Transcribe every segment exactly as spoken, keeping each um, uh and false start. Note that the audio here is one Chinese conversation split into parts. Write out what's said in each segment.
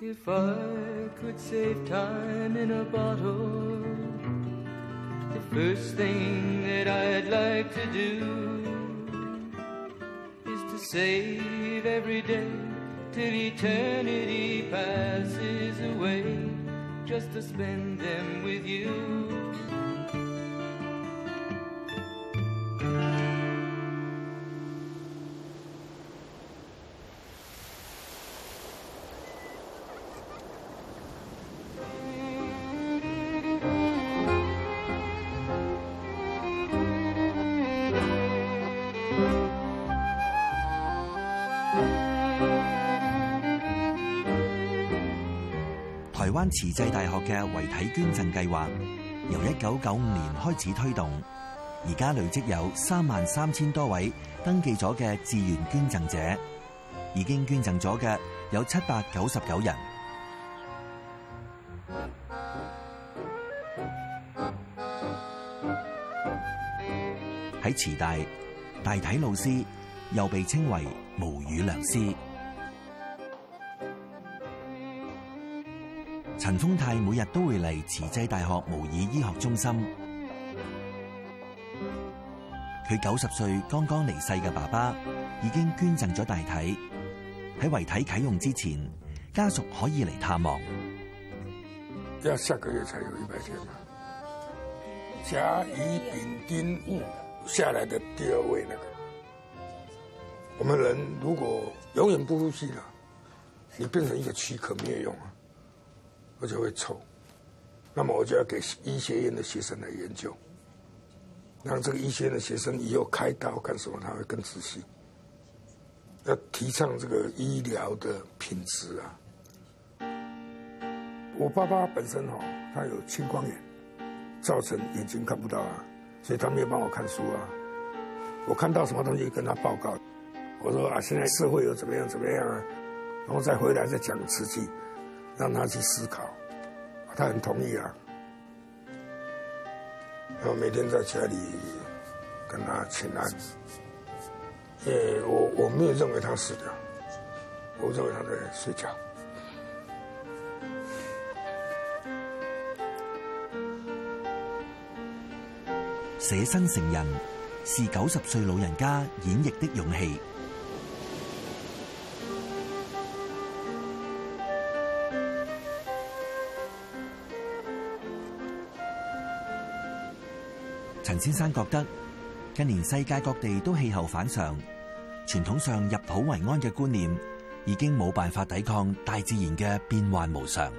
If I could save time in a bottle, the first thing that I'd like to do is to save every day till eternity passes away, just to spend them with you. 台灣慈濟大學嘅遺體捐贈計劃由一九九五年開始推動，而家累積有三萬三千多位登記咗嘅自願捐贈者，已經捐贈咗嘅有七百九十九人。喺慈大，大體老師又被稱為無語良師。陳豐泰每日都會嚟慈濟大學模擬醫學中心。佢九十歲剛剛離世嘅爸爸已經捐贈咗大體，喺遺體啟用之前，家屬可以嚟探望。 要下個月才有一百天嘛。甲乙丙丁戊下來的第二位那個，我們人如果永遠不呼吸了，你變成一個軀殼滅用啊。我就會臭，那麼我就要給醫學院的學生來研究，讓這個醫學院的學生以後開刀幹什麼，他會更仔細。要提倡這個醫療的品質啊。我爸爸本身哦，他有青光眼，造成眼睛看不到啊，所以他沒有幫我看書啊。我看到什麼東西跟他報告，我說啊，現在社會有怎麼樣怎麼樣啊，然後再回來再講實際。讓他去思考，他很同意啊。然後每天在家裏跟他請安，因為我我沒有認為他死掉，我認為他在睡覺。 捨身成仁，是九十歲老人家演繹的勇氣。陳先生覺得近年世界各地都氣候反常，傳統上入土為安嘅觀念已經冇辦法抵抗大自然嘅變幻無常。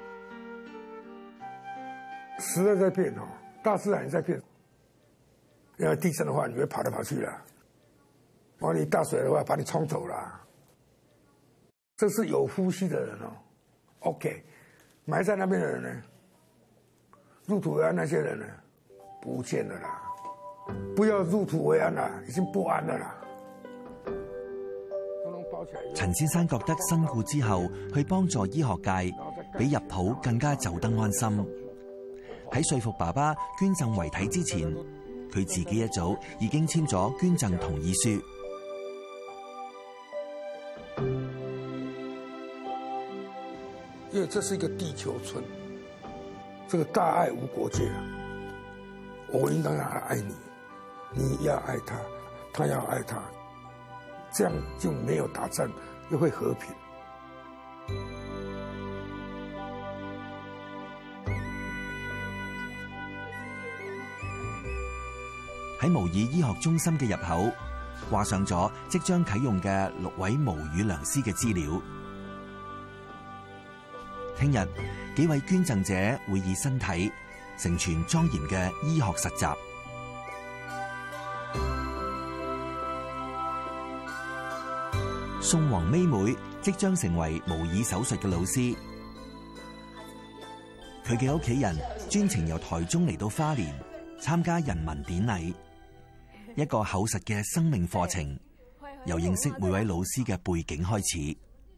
時代在變哦，大自然在變。因為地震的話，你會跑來跑去啦；然後你大水的話，把你沖走啦。這是有呼吸的人哦。OK， 埋在那邊的人呢？入土為安那些人呢？不見了啦，不要入土為安啦，已經不安了啦。 陳先生覺得身故之後去幫助醫學界，比入土更加走得安心。喺說服爸爸捐贈遺體之前，佢自己一早已經簽咗捐贈同意書。 因為這是一個地球村，這個大愛無國界啊。我應當要愛你，你要愛他，他要愛他，這樣就沒有打仗，又會和平。 喺模擬醫學中心嘅入口，掛上咗即將啟用嘅六位無語良師嘅資料。聽日幾位捐贈者會以身體成全莊嚴嘅醫學實習。宋黃妹妹即將成為模擬手術嘅老師，佢嘅屋企人專程由台中嚟到花蓮參加人文典禮，一個厚實嘅生命課程，由認識每位老師嘅背景開始。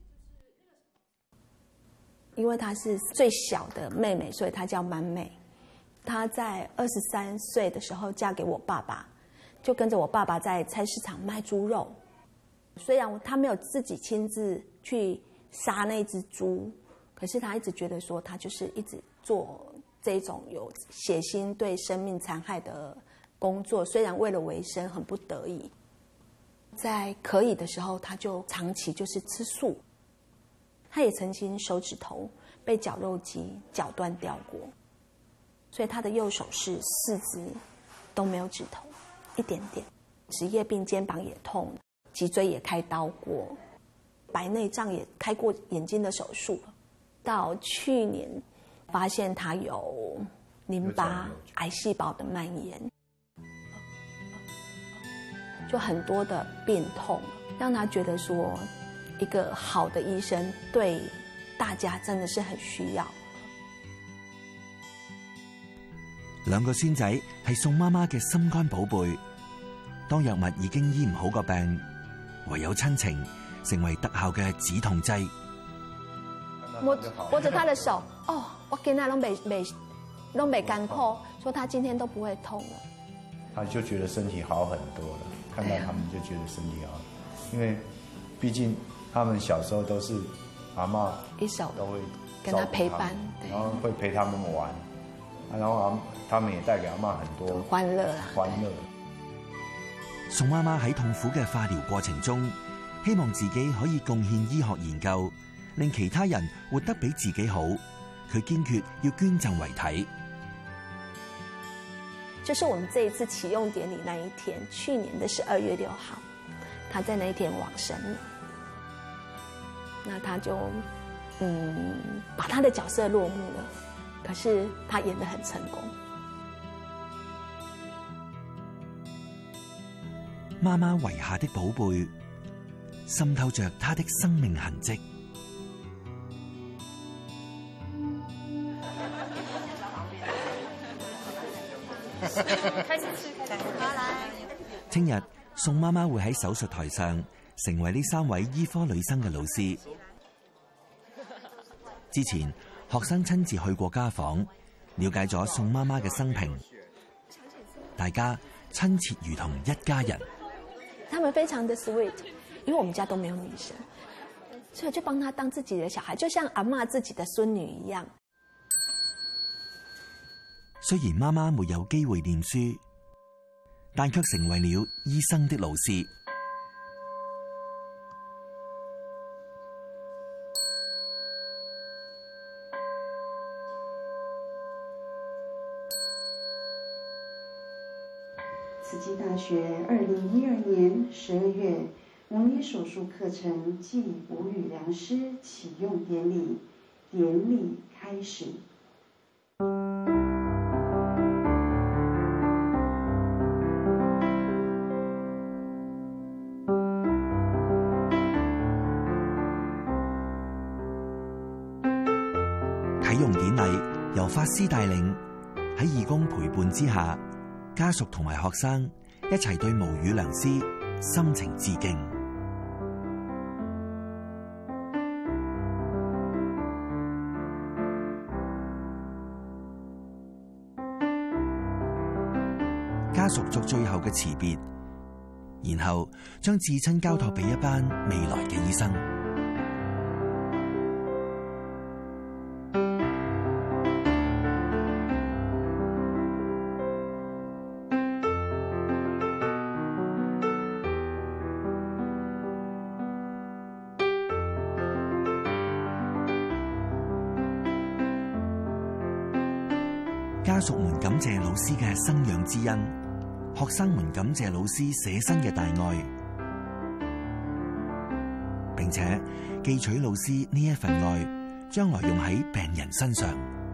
因為她是最小的妹妹，所以她叫滿美。她在二十三歲的時候嫁給我爸爸，就跟着我爸爸在菜市場賣豬肉。雖然她沒有自己親自去殺那隻豬， 可是他一直觉得说，他就是一直做这种有血腥对生命残害的工作，虽然为了维生很不得已，在可以的时候，他就长期就是吃素。他也曾经手指头被绞肉机绞断掉过，所以他的右手是四肢都没有指头，一点点。职业病，肩膀也痛，脊椎也开刀过，白内障也开过眼睛的手术。到去年发现他有淋巴癌细胞的蔓延，就很多的病痛，让他觉得说，一个好的醫生對大家真的是很需要。 兩個孫仔係宋媽媽嘅心肝寶貝，當藥物已經醫唔好個病，唯有親情成為特效嘅止痛劑。 摸摸着他的手，哦，我跟他都沒沒都沒乾扣，說他今天都不會痛了。 他就覺得身體好很多了，看到他們就覺得身體好，因為畢竟他們小時候都是阿嬷一手都會跟他陪伴， 然後會陪他們玩，然後阿他們也帶給阿嬷很多歡樂啊， 歡樂。 宋媽媽喺痛苦嘅化療過程中，希望自己可以貢獻醫學研究，令其他人活得比自己好。佢堅決要捐贈遺體。 就是我們這一次啟用典禮那一天，去年的十二月六號，他在那一天往生了。那他就嗯把他的角色落幕了，可是他演得很成功。 媽媽遺下的寶貝，滲透着她的生命痕跡。聽日，宋媽媽會喺手術台上成為呢三位醫科女生嘅老師。之前，學生親自去過家訪，了解咗宋媽媽嘅生平，大家親切如同一家人。 他們非常的 sweet， 因為我們家都沒有女生，所以就幫她當自己的小孩，就像阿嬷自己的孫女一樣。 雖然媽媽沒有機會念書，但卻成為了醫生的老師。 慈濟大學二零一二年十二月模擬手術課程暨吳宇良師啟用典禮，典禮開始。 啟用典禮由法師帶領，喺義工陪伴之下，家屬同埋學生一齊對毛宇良師深情致敬。家屬作最後嘅辭別，然後將至親交託俾一班未來嘅醫生。家屬們感謝老師嘅生養之恩，學生們感謝老師捨身嘅大愛，並且記取老師呢一份愛，將來用喺病人身上。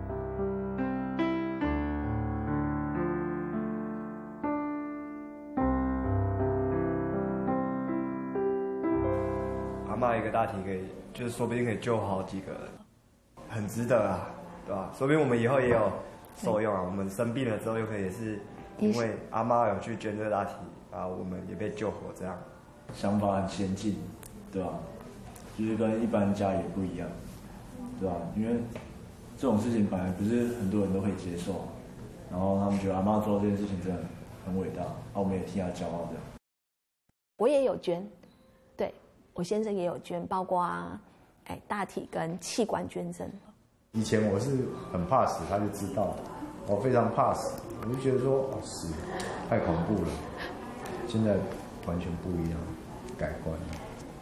阿嬷一個大體可以，就是說不定可以救好幾個人，很值得啊，對吧？說不定我們以後也有受用啊！我們生病了之後，又可以是因為阿媽有去捐這個大體啊，我們也被救活，這樣想法很先進，對吧？就是跟一般家也不一樣，對吧？因為這種事情本來不是很多人都可以接受，然後他們覺得阿媽做這件事情真的很偉大，啊，我們也替他驕傲這樣。 我也有捐，對，我先生也有捐，包括哎大体跟器官捐赠。 以前我是很怕死，他就知道我非常怕死，我就觉得说哦死太恐怖了。现在完全不一样，改观了。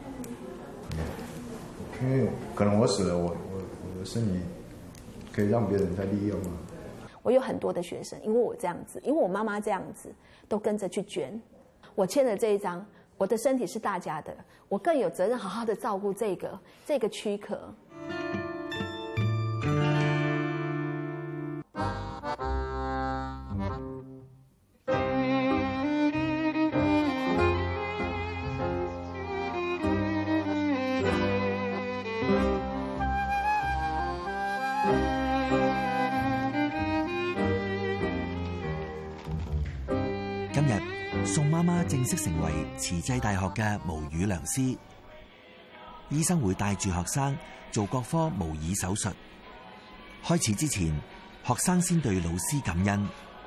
嗯，因为可能我死了，我我我的身体可以让别人再利用啊。 我有很多的学生，因为我这样子，因为我妈妈这样子，都跟着去捐。我签了这一张，我的身体是大家的，我更有责任好好的照顾这个这个躯壳。 今日宋媽媽正式成為慈濟大學嘅模擬良師，醫生會帶住學生做各科模擬手術。開始之前，學生先對老師感恩。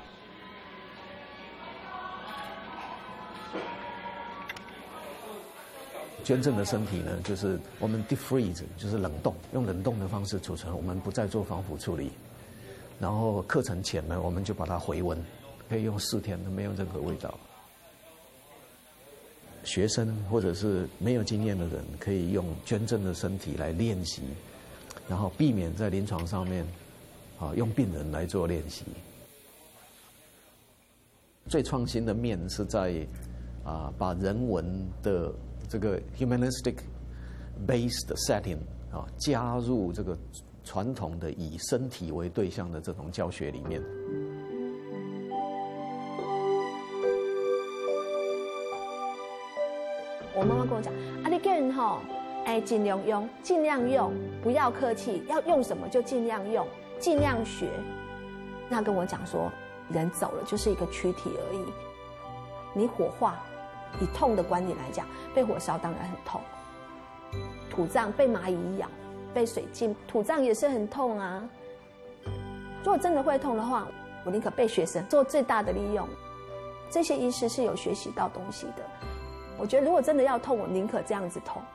捐赠的身体呢，就是我们 deep freeze， 就是冷冻，用冷冻的方式储存，我们不再做防腐处理。然后课程前呢，我们就把它回温，可以用四天都没有任何味道。学生或者是没有经验的人，可以用捐赠的身体来练习，然后避免在临床上面啊用病人来做练习。最创新的面是在啊把人文的这个 humanistic based setting 啊加入这个传统的以身体为对象的这种教学里面。 我妈妈跟我讲，啊，你个人吼，哎，尽量用，尽量用，不要客气，要用什么就尽量用，尽量学。她跟我讲说，人走了就是一个躯体而已，你火化，以痛的观点来讲，被火烧当然很痛，土葬被蚂蚁咬，被水浸，土葬也是很痛啊。如果真的会痛的话，我宁可被学生做最大的利用。这些医师是有学习到东西的。我觉得如果真的要痛，我宁可这样子痛。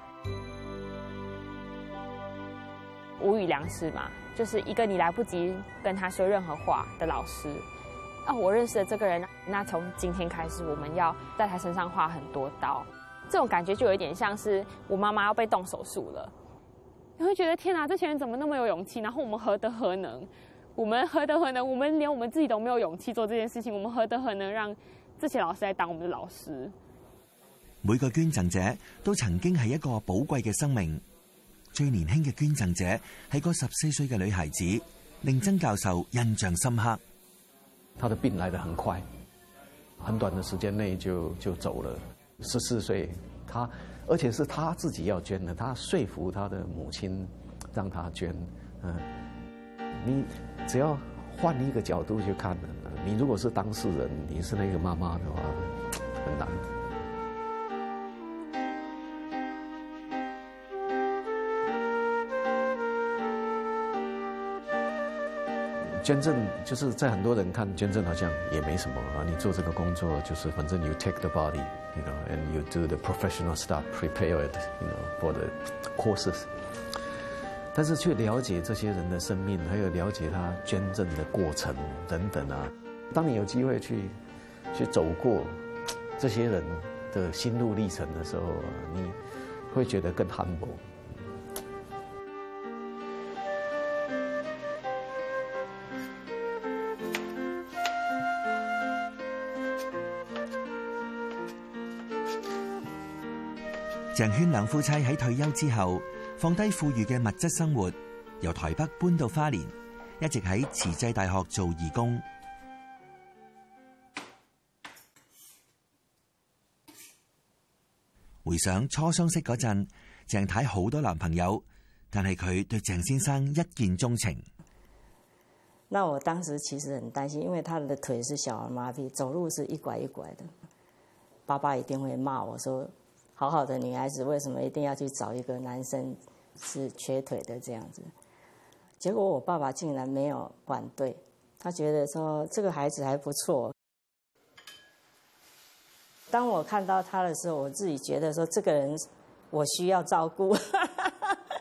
无语良师嘛，就是一个你来不及跟他说任何话的老师。啊，我认识的这个人，那从今天开始，我们要在他身上划很多刀。这种感觉就有一点像是我妈妈要被动手术了，你会觉得天哪，这些人怎么那么有勇气？然后我们何德何能？我们何德何能？我们连我们自己都没有勇气做这件事情，我们何德何能讓這些老師來當我們的老師？ 每個捐贈者都曾經係一個寶貴嘅生命。最年輕嘅捐贈者係個十四歲嘅女孩子，令曾教授印象深刻。 她的病來得很快，很短的時間內就就走了。十四歲，她而且是她自己要捐的，她說服她的母親讓她捐。嗯，你只要換一個角度去看，你如果是當事人，你是那個媽媽的話，很難。捐赠就是在很多人看捐赠好像也没什么啊，你做这个工作就是反正 you take the body, you know, and you do the professional stuff, prepare it, you know, for the courses. 但是去了解这些人的生命，还有了解他捐赠的过程等等啊，当你有机会去去走过这些人的心路历程的时候，你会觉得更 humble。 鄭絢兩夫妻喺退休之後，放低富裕嘅物質生活，由台北搬到花蓮，一直喺慈濟大學做義工。回想初相識嗰陣，鄭太好多男朋友，但係佢對鄭先生一見鍾情。 那我當時其實很擔心，因為他的腿是小兒麻痹，走路是一拐一拐的，爸爸一定會罵我說，好好的女孩子為什麼一定要去找一個男生是瘸腿的這樣子？結果我爸爸竟然沒有反對，他覺得說這個孩子還不錯。當我看到他的時候，我自己覺得說這個人我需要照顧。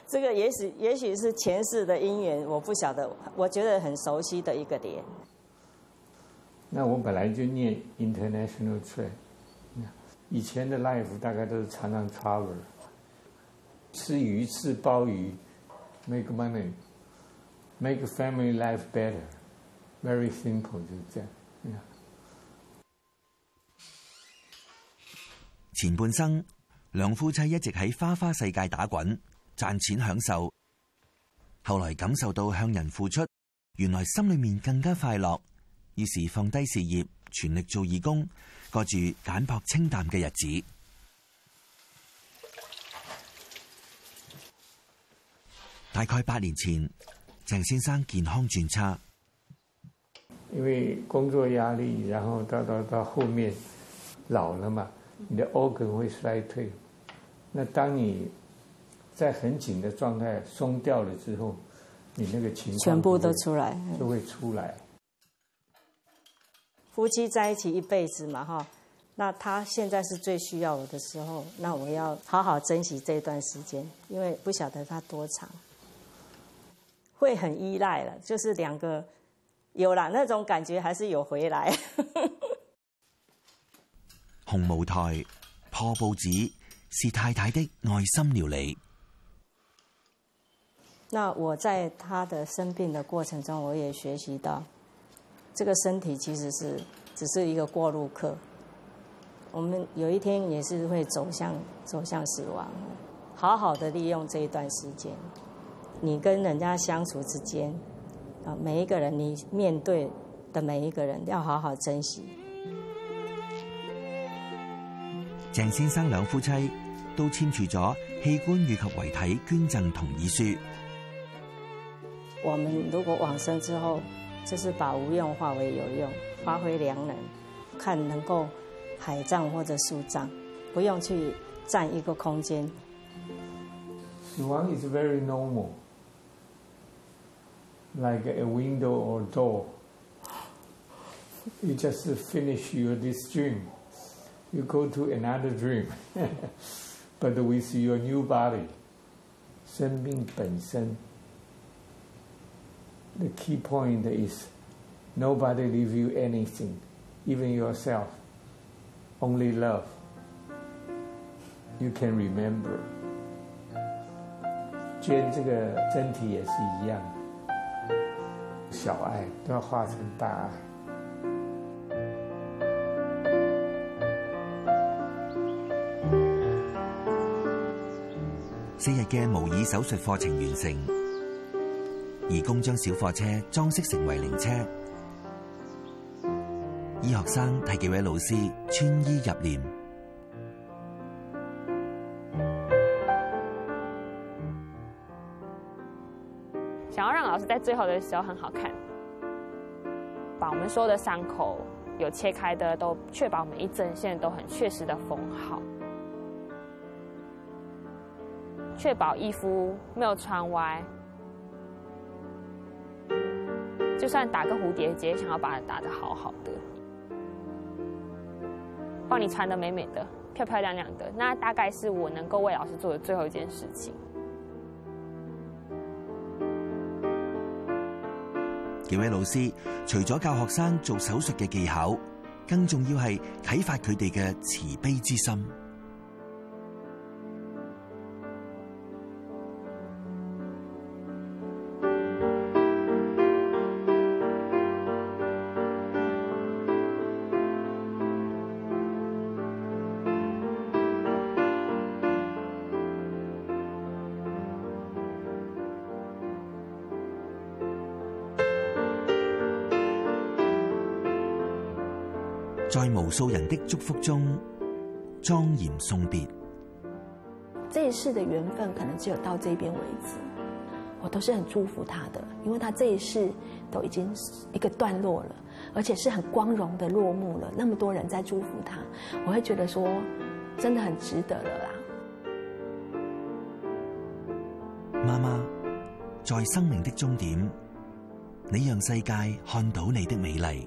这个也许也许是前世的姻缘，我不晓得。我觉得很熟悉的一个脸。 那我本来就念 international trade， 以前的 life 大概都是常常 travel， 吃鱼吃鲍鱼 ，make money，make family life better，very simple 就是这样。 前半生，兩夫妻一直喺花花世界打滾，賺錢享受。後來感受到向人付出，原來心裏面更加快樂。於是放低事業，全力做義工，過住簡樸清淡嘅日子。大概八年前，鄭先生健康轉差， 因為工作壓力，然後到到到後面老了嘛，你的 organ 會衰退。那當你在很緊的狀態鬆掉了之後，你那個情況全部都出來， 就會出來。 夫妻在一起一輩子嘛，哈，那他現在是最需要我的時候，那我要好好珍惜這段時間，因為不曉得他多長，會很依賴了，就是兩個有啦，那種感覺還是有回來。 紅舞台、破報紙是太太的愛心料理。 那我在他的生病的過程中，我也學習到。這個身體其實是只是一個過路客，我們有一天也是會走向走向死亡。好好的利用這一段時間，你跟人家相處之間，啊，每一個人你面對的每一個人要好好珍惜。 鄭先生兩夫妻都簽署咗器官以及遺體捐贈同意書。 我們如果往生之後，就是把無用化為有用，發揮良能，看能夠海葬或者樹葬，不用去佔一個空間。 死亡 is very normal, like a window or door. You just finish your this dream, you go to another dream, but with your new body. 生命本身。The key point is nobody leave you anything, even yourself. Only love. You can remember. 捐这个身体也是一样，小爱都要化成大愛。 四日嘅模擬手術課程完成。義工將小貨車裝飾成為靈車，醫學生替幾位老師穿衣入殮。 想要讓老師在最後的時候很好看，把我們所有的傷口有切開的都確保每一針線都很確實的縫好，確保衣服沒有穿歪。就算打個蝴蝶結，想要把它打得好好的，幫你穿得美美的、漂漂亮亮的，那大概是我能夠為老師做的最後一件事情。 幾位老師除咗教學生做手術嘅技巧，更重要係啟發佢哋嘅慈悲之心。在無數人的祝福中，莊嚴送別。 這一世的緣分可能只有到這邊為止，我都是很祝福他的，因為他這一世都已經一個段落了，而且是很光榮的落幕了。那麼多人在祝福他，我會覺得說，真的很值得了啦。 媽媽，在生命的終點，你讓世界看到你的美麗。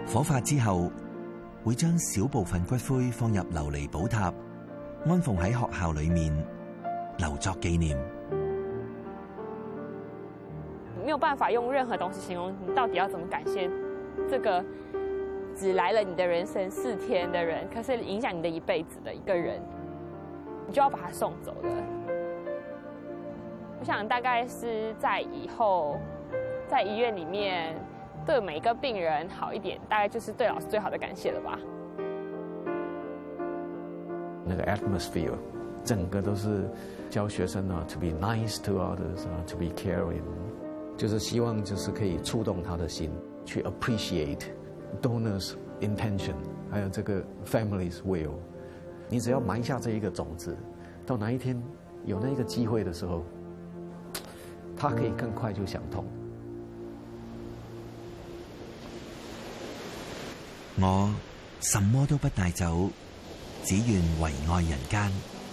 火化之後，會將小部分骨灰放入琉璃寶塔，安放喺學校裏面，留作紀念。 沒有辦法用任何東西形容你到底要怎麼感謝這個只來了你的人生四天的人，可是影響你的一輩子的一個人，你就要把他送走了。我想大概是在以後在醫院裡面對每一個病人好一點，大概就是對老師最好的感謝了吧。 那個 atmosphere 整個都是教學生啊 to be nice to others 啊 to be caring， 就是希望就是可以觸動他的心，去 appreciate donors intention， 還有這個 family's will。你只要埋下這一個種子，到哪一天有那一個機會的時候，他可以更快就想通。 我什麼都不帶走，只願遺愛人間。